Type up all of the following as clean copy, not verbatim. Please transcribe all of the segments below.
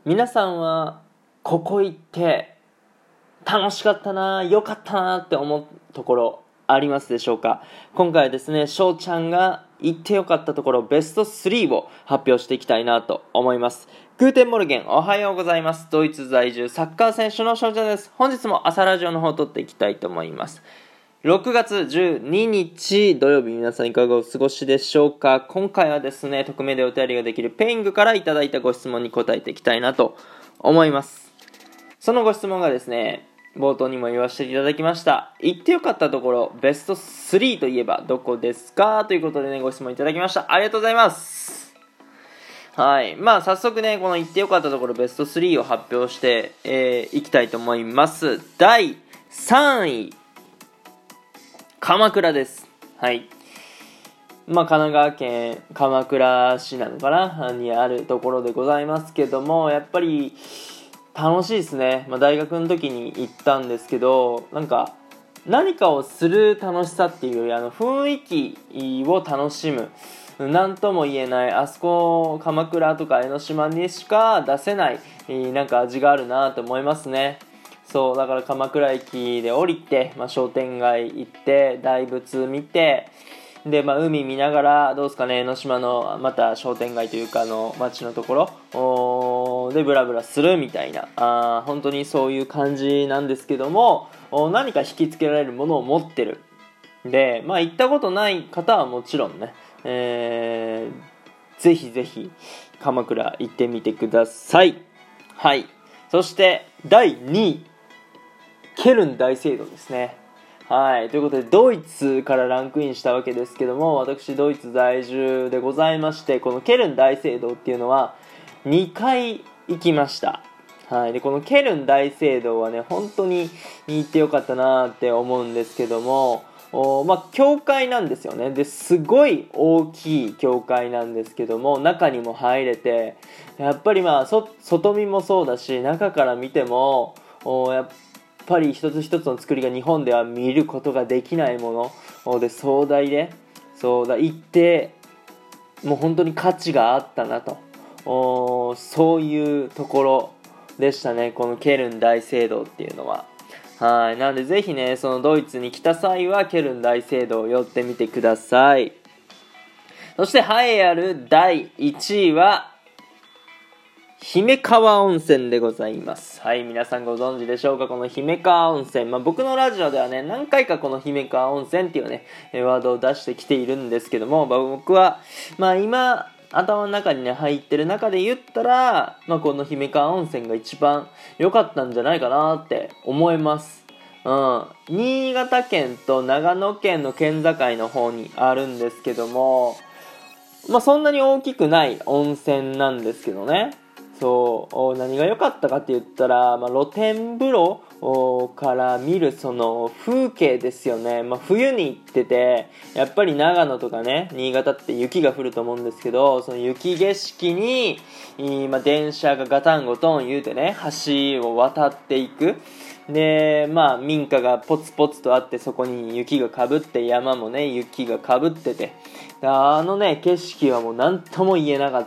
皆さんはここ行って楽しかったな、良かったなって思うところありますでしょうか。今回はですね、翔ちゃんが行って良かったところベスト3を発表していきたいなと思います。グーテンモルゲン、おはようございます。ドイツ在住サッカー選手の翔ちゃんです。本日も朝ラジオの方を撮っていきたいと思います。6月12日土曜日、皆さんいかがお過ごしでしょうか。今回はですね、匿名でお便りができるペイングからいただいたご質問に答えていきたいなと思います。そのご質問がですね、冒頭にも言わせていただきました、行ってよかったところベスト3といえばどこですかということでね、ご質問いただきました。ありがとうございます。はい、早速ね、この行ってよかったところベスト3を発表していきたいと思います。第3位、鎌倉です。はい。神奈川県鎌倉市なのかなにあるところでございますけども、やっぱり楽しいですね。大学の時に行ったんですけど、何かをする楽しさっていうより雰囲気を楽しむ、なんとも言えない、あそこ鎌倉とか江ノ島にしか出せない味があるなと思いますね。そうだから鎌倉駅で降りて、商店街行って大仏見て、で、海見ながらどうですかね、江ノ島のまた商店街というか街のところでブラブラするみたいな、本当にそういう感じなんですけども、何か引きつけられるものを持ってる。で、行ったことない方はもちろんね、ぜひぜひ鎌倉行ってみてください。はい。そして第2位、ケルン大聖堂ですね。はい。ということで、ドイツからランクインしたわけですけども、私、ドイツ在住でございまして、このケルン大聖堂っていうのは、2回行きました。はい。で、このケルン大聖堂はね、本当に行ってよかったなって思うんですけども、教会なんですよね。で、すごい大きい教会なんですけども、中にも入れて、やっぱり外見もそうだし、中から見ても、やっぱり一つ一つの作りが日本では見ることができないもので壮大で、行ってもう本当に価値があったなと、そういうところでしたね、このケルン大聖堂っていうのは。はい。なのでぜひね、そのドイツに来た際はケルン大聖堂を寄ってみてください。そして栄えある第1位は姫川温泉でございます。はい、皆さんご存知でしょうか、この姫川温泉。僕のラジオではね、何回かこの姫川温泉っていうね、ワードを出してきているんですけども、僕は、今、頭の中にね、入ってる中で言ったら、この姫川温泉が一番良かったんじゃないかなって思います。新潟県と長野県の県境の方にあるんですけども、そんなに大きくない温泉なんですけどね。何が良かったかって言ったら、露天風呂から見るその風景ですよね。冬に行ってて、やっぱり長野とかね、新潟って雪が降ると思うんですけど、その雪景色に、電車がガタンゴトン言うてね、橋を渡っていく。で、民家がポツポツとあって、そこに雪がかぶって、山もね、雪がかぶってて、景色はもう何とも言えなかった。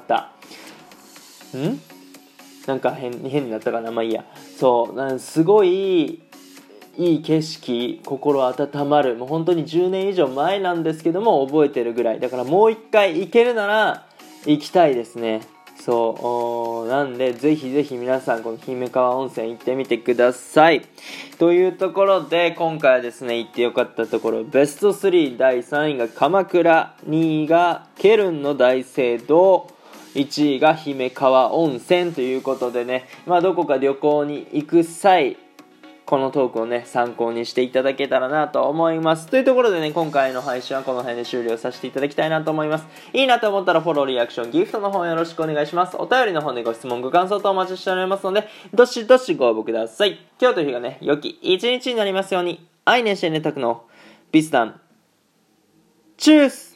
変になったかな、いいや。すごいいい景色、心温まる。もう本当に10年以上前なんですけども覚えてるぐらいだから、もう一回行けるなら行きたいですね。なんでぜひぜひ皆さんこの姫川温泉行ってみてください。というところで、今回はですね、行ってよかったところベスト3、第3位が鎌倉、2位がケルンの大聖堂、1位が姫川温泉ということでね、どこか旅行に行く際、このトークをね、参考にしていただけたらなと思います。というところでね、今回の配信はこの辺で終了させていただきたいなと思います。いいなと思ったらフォロー、リアクション、ギフトの方よろしくお願いします。お便りの方でご質問、ご感想とお待ちしておりますので、どしどしご応募ください。今日という日がね、良き一日になりますように。愛ねしてねたくのビスダンチュース。